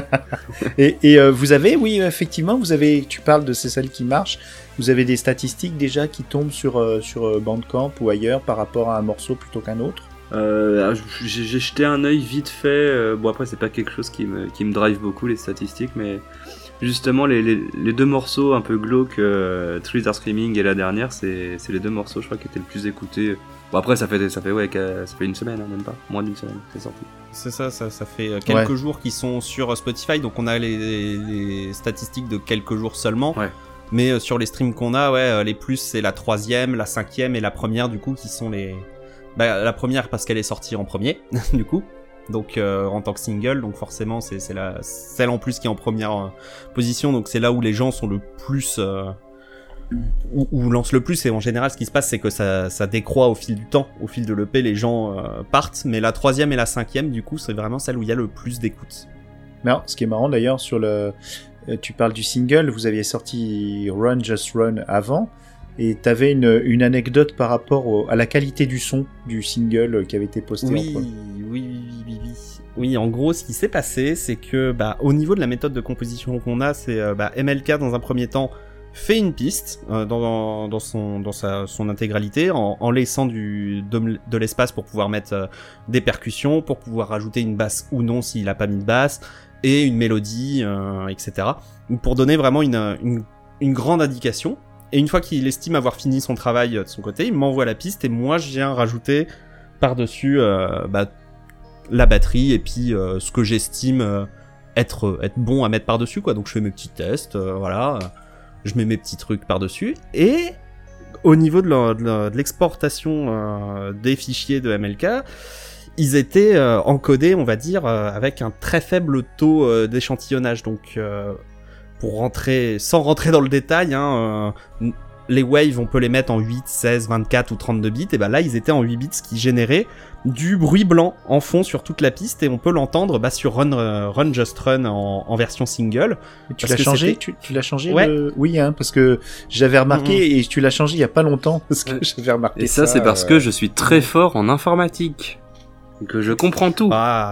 Et, et euh, vous avez, oui, effectivement, vous avez, tu parles de c'est celle qui marche, vous avez des statistiques déjà qui tombent sur, euh, sur euh, Bandcamp ou ailleurs par rapport à un morceau plutôt qu'un autre. Euh, j'ai, j'ai jeté un œil vite fait. euh, bon, après, c'est pas quelque chose qui me, qui me drive beaucoup, les statistiques, mais justement, les, les, les deux morceaux un peu glauques, euh, Trees Are Screaming et la dernière, c'est, c'est les deux morceaux, je crois, qui étaient le plus écoutés. Bon, après, ça fait, ça fait, ouais, qu'à- ça fait une semaine, hein, même pas, moins d'une semaine, c'est sorti. C'est ça, ça, ça fait euh, quelques Ouais. jours qu'ils sont sur euh, Spotify, donc on a les, les statistiques de quelques jours seulement. Ouais. Mais euh, sur les streams qu'on a, ouais, euh, les plus c'est la troisième, la cinquième et la première du coup qui sont les. Bah, la première parce qu'elle est sortie en premier, du coup. Donc euh, en tant que single, donc forcément c'est, c'est la celle en plus qui est en première euh, position, donc c'est là où les gens sont le plus. Euh, où, où lance le plus, et en général ce qui se passe c'est que ça, ça décroît au fil du temps, au fil de l'E P les gens euh, partent, mais la troisième et la cinquième du coup c'est vraiment celle où il y a le plus d'écoute. Non, ce qui est marrant d'ailleurs sur le, euh, tu parles du single, vous aviez sorti Run Just Run avant, et t'avais une, une anecdote par rapport au- à la qualité du son du single euh, qui avait été posté Oui, en oui, premier. oui, oui, oui, oui. Oui, en gros, ce qui s'est passé, c'est que, bah, au niveau de la méthode de composition qu'on a, c'est, euh, bah, M L K dans un premier temps fait une piste euh, dans, dans son dans sa son intégralité en, en laissant du de, de l'espace pour pouvoir mettre euh, des percussions, pour pouvoir rajouter une basse ou non s'il a pas mis de basse, et une mélodie, euh, et cetera. Pour donner vraiment une, une une grande indication. Et une fois qu'il estime avoir fini son travail de son côté, il m'envoie la piste et moi je viens rajouter par-dessus euh, bah, la batterie et puis euh, ce que j'estime euh, être être bon à mettre par-dessus, quoi. Donc je fais mes petits tests, euh, voilà, je mets mes petits trucs par-dessus. Et au niveau de, la, de, la, de l'exportation euh, des fichiers de M L K, ils étaient euh, encodés, on va dire, euh, avec un très faible taux euh, d'échantillonnage. Donc euh, pour rentrer, sans rentrer dans le détail, hein, euh, les waves, on peut les mettre en huit, seize, vingt-quatre ou trente-deux bits, et ben là, ils étaient en huit bits, ce qui générait du bruit blanc en fond sur toute la piste, et on peut l'entendre bah, sur Run, euh, Run Just Run en, en version single. Et tu Parce l'as que changé, c'était- tu, tu l'as changé Ouais. le- Oui, hein, parce que j'avais remarqué Mhm. et tu l'as changé il y a pas longtemps parce que Ouais. j'avais remarqué Et ça, c'est parce euh, que je suis très fort en informatique. Et que je comprends tout. Ah.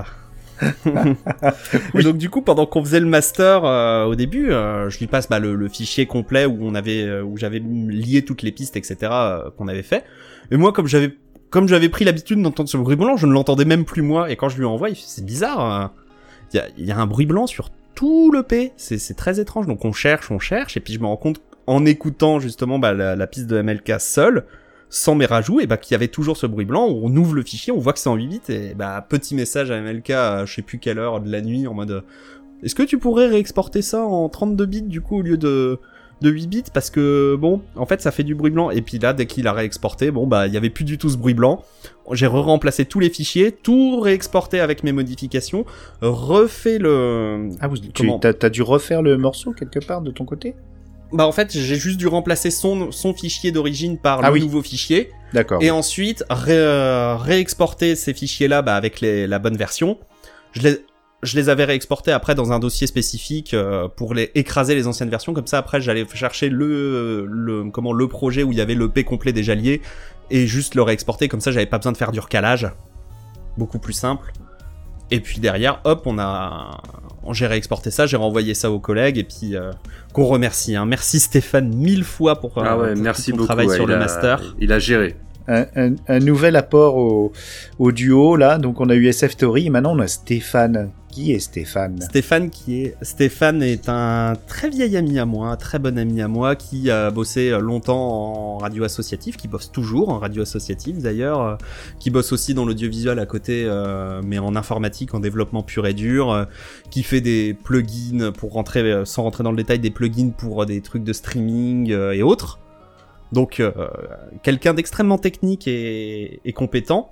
Et donc du coup, pendant qu'on faisait le master euh, au début, euh, je lui passe bah, le, le fichier complet où on avait, euh, où j'avais lié toutes les pistes, et cetera euh, qu'on avait fait. Et moi, comme j'avais, comme j'avais pris l'habitude d'entendre ce bruit blanc, je ne l'entendais même plus moi. Et quand je lui envoie, il fait, c'est bizarre. Il y, a, il y a un bruit blanc sur tout le P. C'est, c'est très étrange. Donc on cherche, on cherche, et puis je me rends compte en écoutant justement bah, la, la piste de M L K seule, sans mes rajouts, et bah qu'il y avait toujours ce bruit blanc. On ouvre le fichier, on voit que c'est en huit bits, et bah petit message à M L K à je sais plus quelle heure de la nuit en mode est-ce que tu pourrais réexporter ça en trente-deux bits du coup au lieu de de huit bits parce que bon, en fait, ça fait du bruit blanc. Et puis là, dès qu'il a réexporté, bon bah, il y avait plus du tout ce bruit blanc. J'ai re-remplacé tous les fichiers, tout réexporté avec mes modifications, refait le. Ah, vous, tu t'as, t'as dû refaire le morceau quelque part de ton côté? Bah en fait, j'ai juste dû remplacer son son fichier d'origine par ah, le oui. nouveau fichier. D'accord. Et ensuite ré, euh, réexporter ces fichiers-là bah, avec les, la bonne version. Je les je les avais réexportés après dans un dossier spécifique euh, pour les écraser les anciennes versions. Comme ça, après, j'allais chercher le le comment le projet où il y avait l'E P complet déjà lié et juste le réexporter. Comme ça, j'avais pas besoin de faire du recalage. Beaucoup plus simple. Et puis derrière, hop, on a j'ai réexporté ça, j'ai renvoyé ça aux collègues et puis euh, qu'on remercie. Hein. Merci Stéphane mille fois pour, ah ouais, pour merci tout ton beaucoup, travail ouais, sur le a, master. Il a géré. Un, un, un nouvel apport au, au duo là, donc on a eu S F Story et maintenant on a Stéphane. Qui est Stéphane? Stéphane qui est Stéphane est un très vieil ami à moi, un très bon ami à moi qui a bossé longtemps en radio associative, qui bosse toujours en radio associative d'ailleurs, euh, qui bosse aussi dans l'audiovisuel à côté, euh, mais en informatique, en développement pur et dur, euh, qui fait des plugins pour rentrer, euh, sans rentrer dans le détail, des plugins pour euh, des trucs de streaming euh, et autres. Donc euh, quelqu'un d'extrêmement technique et, et compétent.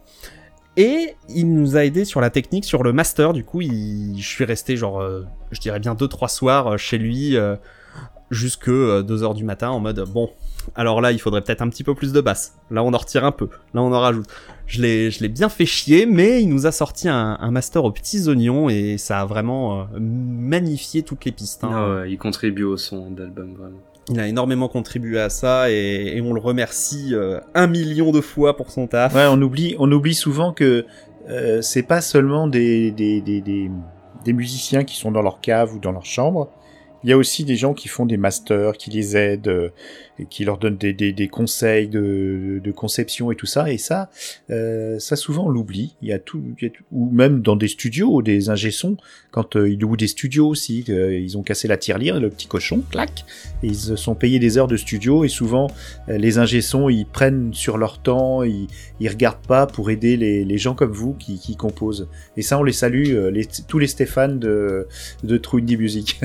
Et il nous a aidé sur la technique, sur le master. Du coup, il... je suis resté genre, euh, je dirais bien deux trois soirs euh, chez lui, euh, jusque euh, deux heures du matin, en mode bon. Alors là, il faudrait peut-être un petit peu plus de basse. Là, on en retire un peu. Là, on en rajoute. Je l'ai, je l'ai bien fait chier, mais il nous a sorti un, un master aux petits oignons et ça a vraiment euh, magnifié toutes les pistes. Hein. Ah ouais, il contribue au son d'album vraiment. Il a énormément contribué à ça et, et on le remercie euh, un million de fois pour son taf. Ouais, on oublie, on oublie souvent que euh, c'est pas seulement des, des, des, des, des musiciens qui sont dans leur cave ou dans leur chambre. Il y a aussi des gens qui font des masters, qui les aident, euh, et qui leur donnent des, des, des conseils de, de conception et tout ça. Et ça, euh, ça souvent on l'oublie. Il y a tout, il y a tout, ou même dans des studios, des ingé-sons, quand euh, ils louent des studios aussi, euh, ils ont cassé la tirelire, le petit cochon, clac, et ils se sont payés des heures de studio. Et souvent, euh, les ingé-sons, ils prennent sur leur temps, ils, ils regardent pas pour aider les, les gens comme vous qui, qui composent. Et ça, on les salue, euh, les, tous les Stéphane de, de True Indie Music.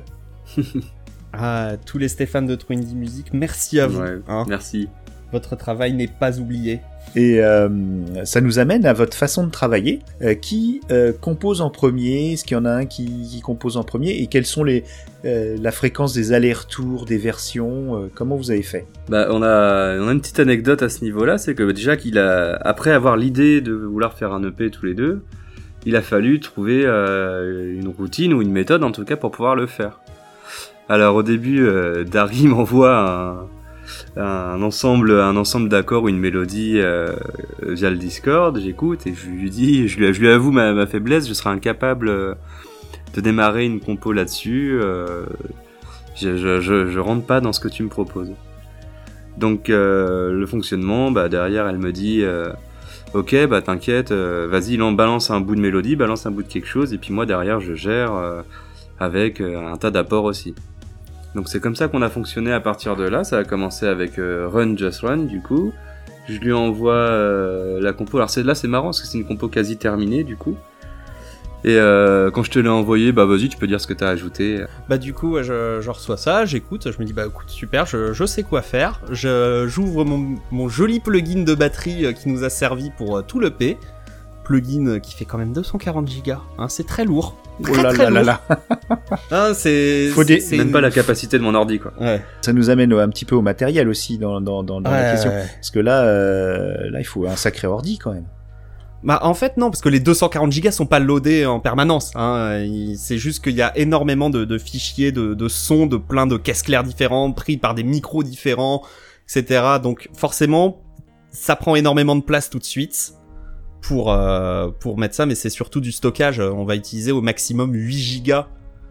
Ah, tous les Stéphane de True Indie Music, merci à vous. Ouais, hein. Merci. Votre travail n'est pas oublié. Et euh, ça nous amène à votre façon de travailler. Euh, qui euh, compose en premier? Est-ce qu'il y en a un qui, qui compose en premier? Et quelles sont les euh, la fréquence des allers-retours, des versions? euh, Comment vous avez fait? Bah, on a, on a une petite anecdote à ce niveau-là, c'est que déjà qu'il a, après avoir l'idée de vouloir faire un E P tous les deux, il a fallu trouver euh, une routine ou une méthode en tout cas pour pouvoir le faire. Alors au début, euh, Dari m'envoie un, un ensemble, un ensemble d'accords ou une mélodie euh, via le Discord. J'écoute et je lui dis, je lui, je lui avoue ma, ma faiblesse. Je serai incapable euh, de démarrer une compo là-dessus. Euh, je, je, je, je rentre pas dans ce que tu me proposes. Donc euh, le fonctionnement, bah derrière, elle me dit, euh, ok, bah t'inquiète, euh, vas-y, on balance un bout de mélodie, balance un bout de quelque chose, et puis moi derrière, je gère euh, avec euh, un tas d'apports aussi. Donc c'est comme ça qu'on a fonctionné à partir de là. Ça a commencé avec euh, Run Just Run du coup. Je lui envoie euh, la compo. Alors c'est là c'est marrant parce que c'est une compo quasi terminée du coup. Et euh, quand je te l'ai envoyé, bah vas-y tu peux dire ce que t'as ajouté. Bah du coup je, je reçois ça, j'écoute, je me dis bah écoute super, je, je sais quoi faire. Je, j'ouvre mon, mon joli plugin de batterie qui nous a servi pour euh, tout l'E P. Plugin qui fait quand même deux cent quarante gigas, hein, c'est très lourd. Très, oh là très là lourd. là là. Hein, c'est, Faut des... c'est même une... pas la capacité de mon ordi quoi. Ouais. Ça nous amène un petit peu au matériel aussi dans, dans, dans, dans ouais, la question. ouais, ouais. Parce que là, euh, là, il faut un sacré ordi quand même. Bah en fait non, parce que les deux cent quarante gigas sont pas loadés en permanence. Hein. C'est juste qu'il y a énormément de, de fichiers, de, de sons, de plein de caisses claires différentes, pris par des micros différents, et cetera. Donc forcément, ça prend énormément de place tout de suite pour euh, pour mettre ça, mais c'est surtout du stockage. On va utiliser au maximum huit gigas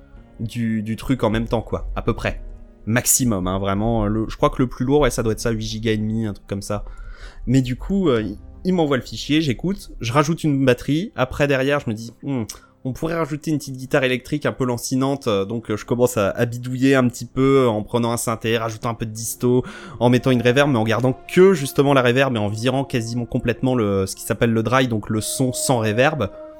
du, du truc en même temps, quoi, à peu près. Maximum, hein, vraiment. Le, je crois que le plus lourd, ouais, ça doit être ça, huit gigas et demi, un truc comme ça. Mais du coup... Euh, il m'envoie le fichier, j'écoute, je rajoute une batterie, après derrière je me dis hm, on pourrait rajouter une petite guitare électrique un peu lancinante, donc je commence à, à bidouiller un petit peu en prenant un synthé, rajoutant un peu de disto, en mettant une reverb mais en gardant que justement la reverb et en virant quasiment complètement le ce qui s'appelle le dry, donc le son sans reverb.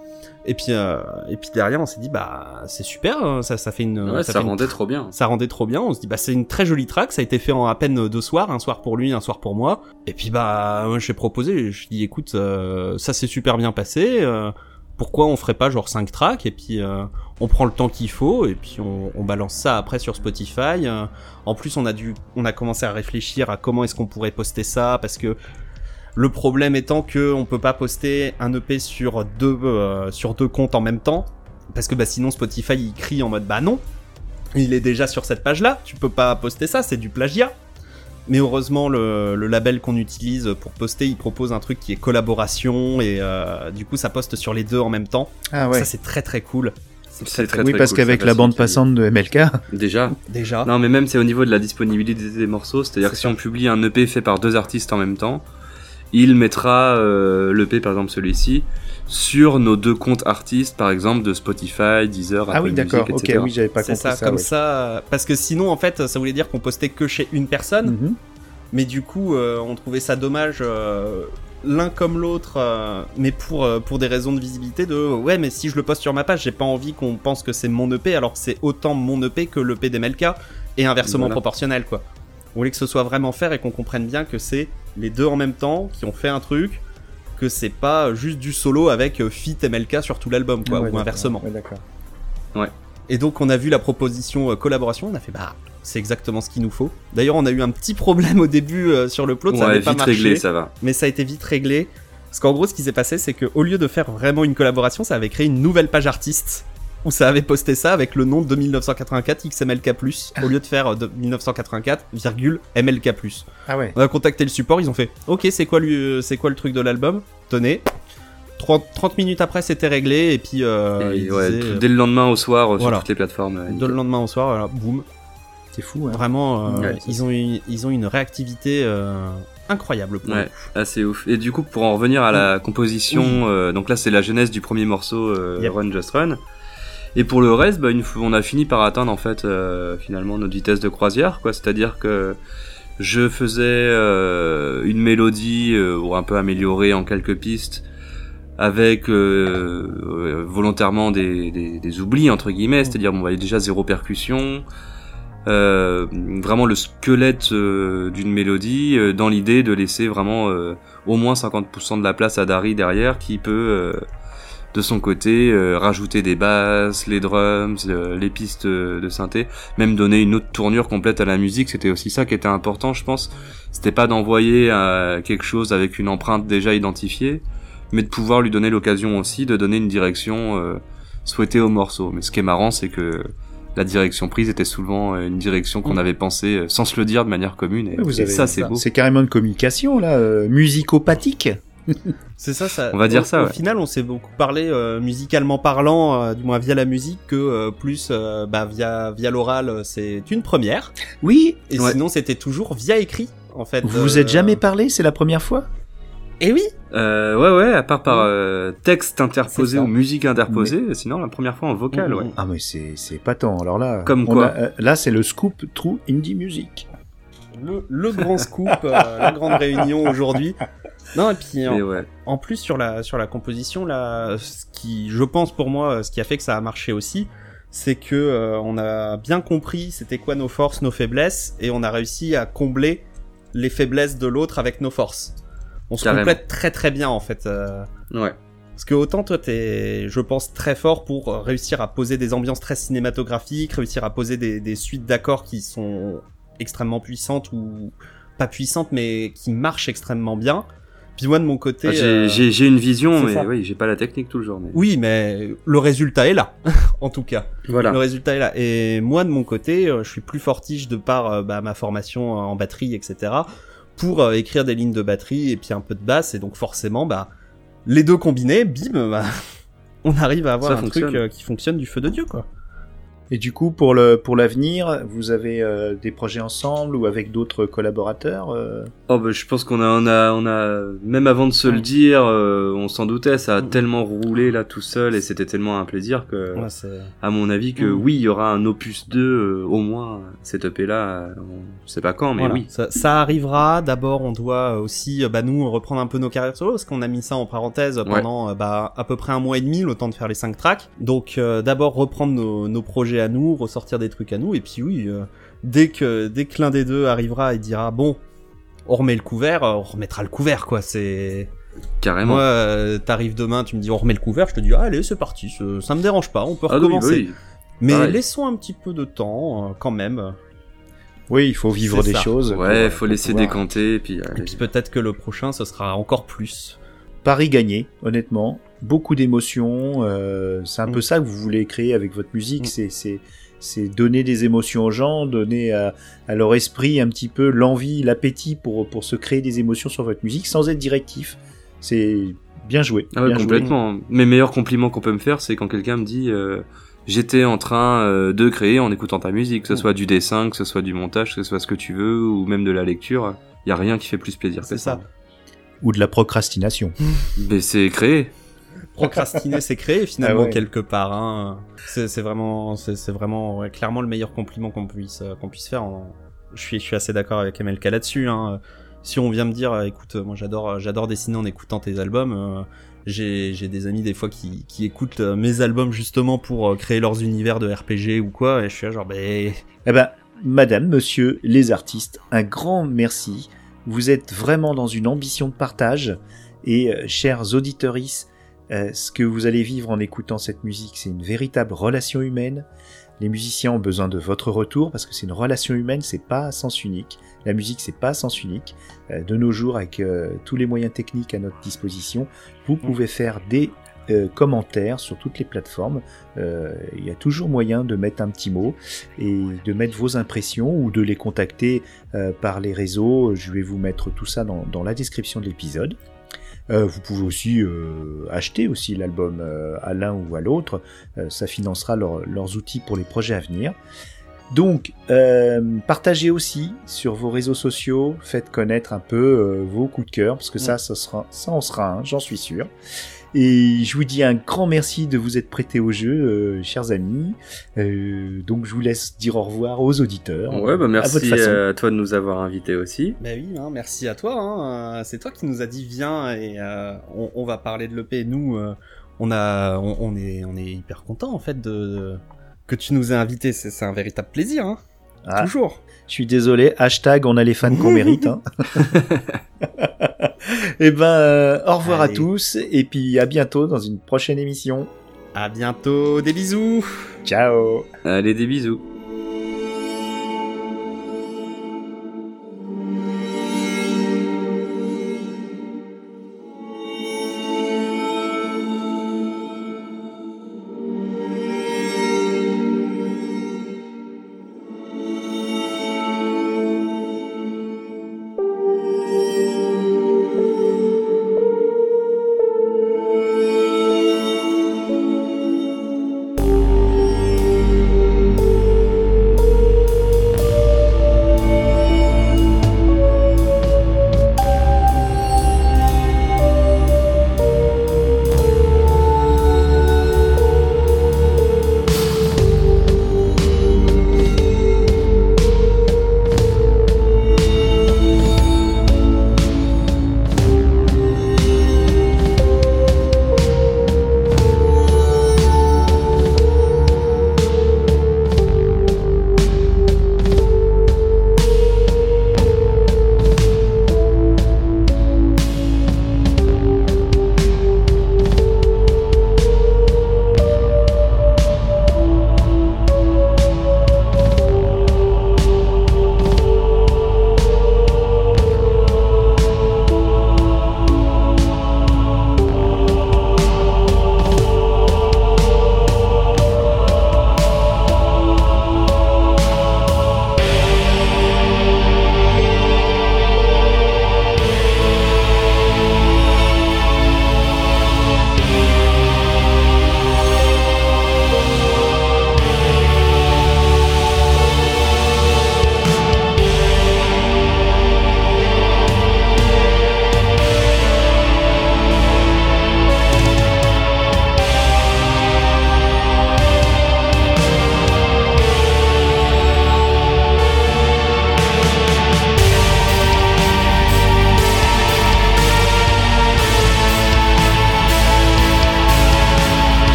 Et puis, euh, et puis derrière, on s'est dit, bah, c'est super, hein, ça, ça fait une. Ouais, ça, ça fait rendait une... trop bien. Ça rendait trop bien. On se dit, bah, c'est une très jolie track. Ça a été fait en à peine deux soirs, un soir pour lui, un soir pour moi. Et puis, bah, moi, j'ai proposé. Je dis, écoute, euh, ça s'est super bien passé. Euh, pourquoi on ferait pas genre cinq tracks et puis euh, on prend le temps qu'il faut et puis on, on balance ça après sur Spotify. Euh, en plus, on a dû, on a commencé à réfléchir à comment est-ce qu'on pourrait poster ça parce que. Le problème étant que on peut pas poster un E P sur deux euh, sur deux comptes en même temps parce que bah sinon Spotify il crie en mode bah non, il est déjà sur cette page-là, tu peux pas poster ça, c'est du plagiat. Mais heureusement le, le label qu'on utilise pour poster, il propose un truc qui est collaboration et euh, du coup ça poste sur les deux en même temps. Ah ouais. Ça c'est très très cool. C'est très, très, oui, très parce cool, qu'avec la bande passante de M L K. Déjà. Déjà. Non, mais même c'est au niveau de la disponibilité des morceaux, c'est-à-dire c'est que ça. Si on publie un E P fait par deux artistes en même temps, il mettra euh, l'E P, par exemple celui-ci, sur nos deux comptes artistes, par exemple de Spotify, Deezer, Apple Ah oui, d'accord. Music, et Ok, cetera. oui, j'avais pas c'est compris ça, ça. comme ouais. ça, parce que sinon en fait, ça voulait dire qu'on postait que chez une personne. Mm-hmm. Mais du coup, euh, on trouvait ça dommage, euh, l'un comme l'autre, euh, mais pour euh, pour des raisons de visibilité, de ouais, mais si je le poste sur ma page, j'ai pas envie qu'on pense que c'est mon E P, alors que c'est autant mon E P que l'E P d'M L K, et inversement voilà. proportionnel, quoi. On voulait que ce soit vraiment faire et qu'on comprenne bien que c'est les deux en même temps qui ont fait un truc, que c'est pas juste du solo avec feat M L K sur tout l'album, quoi, Ouais, ou inversement. Ouais, d'accord. Ouais. Et donc on a vu la proposition euh, collaboration, on a fait bah c'est exactement ce qu'il nous faut. D'ailleurs on a eu un petit problème au début euh, sur le plot, ouais, ça n'avait pas vite marché, réglé, ça va. mais ça a été vite réglé. Parce qu'en gros ce qui s'est passé c'est qu'au lieu de faire vraiment une collaboration, ça avait créé une nouvelle page artiste où ça avait posté ça avec le nom de mille neuf cent quatre-vingt-quatre X M L K plus, au lieu de faire de mille neuf cent quatre-vingt-quatre, virgule, M L K plus. Ah ouais. On a contacté le support, ils ont fait ok c'est quoi, lui, c'est quoi le truc de l'album ? Tenez. trente minutes après c'était réglé et puis euh, Et il ouais, disait, tout- dès le lendemain au soir euh, voilà. sur toutes les plateformes. euh, de nickel. le lendemain au soir, voilà, boum. C'est fou, hein. Vraiment, euh, Ouais, ils, ont une, ils ont une réactivité euh, incroyable. Pour Ouais, ah, c'est ouf. Et du coup, pour en revenir à la composition, Oui. euh, donc là, c'est la genèse du premier morceau, euh, Yep. Run Just Run. Et pour le reste, bah, une fois, on a fini par atteindre en fait euh, finalement notre vitesse de croisière, quoi. C'est-à-dire que je faisais euh, une mélodie euh, ou un peu améliorée en quelques pistes, avec euh, euh, volontairement des, des, des oublis entre guillemets, c'est-à-dire bon, bah, déjà zéro percussion. Euh, vraiment le squelette euh, d'une mélodie euh, dans l'idée de laisser vraiment euh, au moins cinquante pour cent de la place à Dari derrière qui peut euh, de son côté euh, rajouter des basses, les drums, euh, les pistes euh, de synthé, même donner une autre tournure complète à la musique. C'était aussi ça qui était important, je pense. C'était pas d'envoyer euh, quelque chose avec une empreinte déjà identifiée, mais de pouvoir lui donner l'occasion aussi de donner une direction euh, souhaitée au morceau. Mais ce qui est marrant, c'est que la direction prise était souvent une direction qu'on avait pensée sans se le dire de manière commune, et, Oui, vous et avez ça ça. c'est beau. C'est carrément une communication là, euh, musicopathique. C'est ça, ça. On va dire au, ça, Au ouais. final, on s'est beaucoup parlé euh, musicalement parlant, euh, du moins via la musique, que euh, plus euh, bah, via via l'oral, euh, c'est une première. Oui. Et Ouais. sinon, c'était toujours via écrit, en fait. Vous vous euh, êtes jamais parlé, c'est la première fois. Eh oui. Euh, ouais ouais, à part par euh, texte interposé C'est ça. ou musique interposée, sinon la première fois en vocal, Mhm. ouais. Ah mais c'est c'est épatant. Alors là, Comme on quoi. a- euh, là c'est le scoop True Indie Music. Le, le grand scoop, euh, la grande réunion aujourd'hui. Non, et puis en, Et ouais. en plus sur la sur la composition là, ce qui, je pense pour moi, ce qui a fait que ça a marché aussi, c'est que euh, on a bien compris c'était quoi nos forces, nos faiblesses, et on a réussi à combler les faiblesses de l'autre avec nos forces. On se Carrément. complète très très bien en fait. Euh, Ouais. parce que autant toi t'es, je pense, très fort pour réussir à poser des ambiances très cinématographiques, réussir à poser des, des suites d'accords qui sont extrêmement puissantes ou pas puissantes mais qui marchent extrêmement bien. Puis moi de mon côté, Ah, j'ai, euh, j'ai, j'ai une vision, c'est mais ça. oui, j'ai pas la technique toujours. Mais... oui, mais le résultat est là, en tout cas. Voilà. Le résultat est là. Et moi de mon côté, euh, je suis plus fortiche de par euh, bah, ma formation en batterie, et cetera, pour euh, écrire des lignes de batterie et puis un peu de basse. Et donc forcément, bah les deux combinés, bim, bah, on arrive à avoir Ça un fonctionne. truc euh, qui fonctionne du feu de Dieu, quoi. Et du coup, pour le pour l'avenir, vous avez euh, des projets ensemble ou avec d'autres collaborateurs euh... Oh bah je pense qu'on a on a on a même avant de se le dire, euh, on s'en doutait, ça a tellement roulé là tout seul et c'était tellement un plaisir que Ouais, c'est... à mon avis que Mm. oui, il y aura un opus deux euh, au moins cette E P là, on sait pas quand mais Voilà. oui. Ça, ça arrivera. D'abord, on doit aussi, euh, bah, nous, reprendre un peu nos carrières solo, parce qu'on a mis ça en parenthèse pendant euh, bah, à peu près un mois et demi, le temps de faire les cinq tracks. Donc, euh, d'abord, reprendre nos, nos projets à nous, ressortir des trucs à nous, et puis oui, euh, dès que dès que l'un des deux arrivera et dira, bon, on remet le couvert, euh, on remettra le couvert, quoi, c'est... Carrément. Moi, euh, t'arrives demain, tu me dis, on remet le couvert, je te dis, ah, allez, c'est parti, ça, ça me dérange pas, on peut Ah oui, recommencer. oui. Mais Pareil. laissons un petit peu de temps, euh, quand même. Oui, il faut vivre C'est des ça. choses. Ouais, pour, faut pour laisser pouvoir- décanter et puis Et allez. puis peut-être que le prochain, ce sera encore plus. Paris gagné, honnêtement. Beaucoup d'émotions. Euh, c'est un Mm. peu ça que vous voulez créer avec votre musique. Mm. C'est, c'est, c'est donner des émotions aux gens, donner à, à leur esprit un petit peu l'envie, l'appétit pour, pour se créer des émotions sur votre musique sans être directif. C'est bien joué. Ah ouais, bien joué. complètement. Mes meilleurs compliments qu'on peut me faire, c'est quand quelqu'un me dit euh, j'étais en train euh, de créer en écoutant ta musique, que ce Mm. soit du dessin, que ce soit du montage, que ce soit ce que tu veux, ou même de la lecture. Il y a rien qui fait plus plaisir que C'est ça. ça. Ou de la procrastination. Mais c'est créé. Procrastiner, c'est créer finalement Ah ouais. quelque part. Hein. C'est, c'est vraiment, c'est, c'est vraiment ouais, clairement le meilleur compliment qu'on puisse, euh, qu'on puisse faire. En- Je suis, je suis assez d'accord avec M L K là-dessus. Hein. Si on vient me dire, euh, écoute, euh, moi j'adore, j'adore dessiner en écoutant tes albums. euh, j'ai, j'ai des amis des fois qui, qui écoutent euh, mes albums justement pour euh, créer leurs univers de R P G ou quoi. Et je suis là genre, ben, Eh ben, madame, monsieur, les artistes, un grand merci. Vous êtes vraiment dans une ambition de partage. Et, euh, chers auditeuristes, euh, ce que vous allez vivre en écoutant cette musique, c'est une véritable relation humaine. Les musiciens ont besoin de votre retour parce que c'est une relation humaine, c'est pas à sens unique. La musique, c'est pas à sens unique. Euh, de nos jours, avec euh, tous les moyens techniques à notre disposition, vous pouvez faire des euh, commentaires sur toutes les plateformes. Euh, il y a toujours moyen de mettre un petit mot et de mettre vos impressions ou de les contacter euh, par les réseaux. Je vais vous mettre tout ça dans, dans la description de l'épisode. Euh, vous pouvez aussi euh, acheter aussi l'album euh, à l'un ou à l'autre. Euh, ça financera leur- leurs outils pour les projets à venir. Donc, euh, partagez aussi sur vos réseaux sociaux, faites connaître un peu euh, vos coups de cœur, parce que ça, ça, sera, ça en sera un, j'en suis sûr. Et je vous dis un grand merci de vous être prêtés au jeu, euh, chers amis. Euh, donc, je vous laisse dire au revoir aux auditeurs. Ouais, bah à votre merci façon. euh, à toi de nous avoir invités aussi. bah oui, hein, merci à toi. Hein. euh, C'est toi qui nous a dit viens et euh, on, on va parler de l'E P. Nous, euh, on a, on, on est, on est hyper content en fait de que tu nous aies invités. C'est, c'est un véritable plaisir. Hein. Ah, Toujours. je suis désolé, hashtag on a les fans qu'on mérite. Hein. Et ben, euh, au revoir Allez. à tous, et puis à bientôt dans une prochaine émission. À bientôt. Des bisous. Ciao. Allez, des bisous.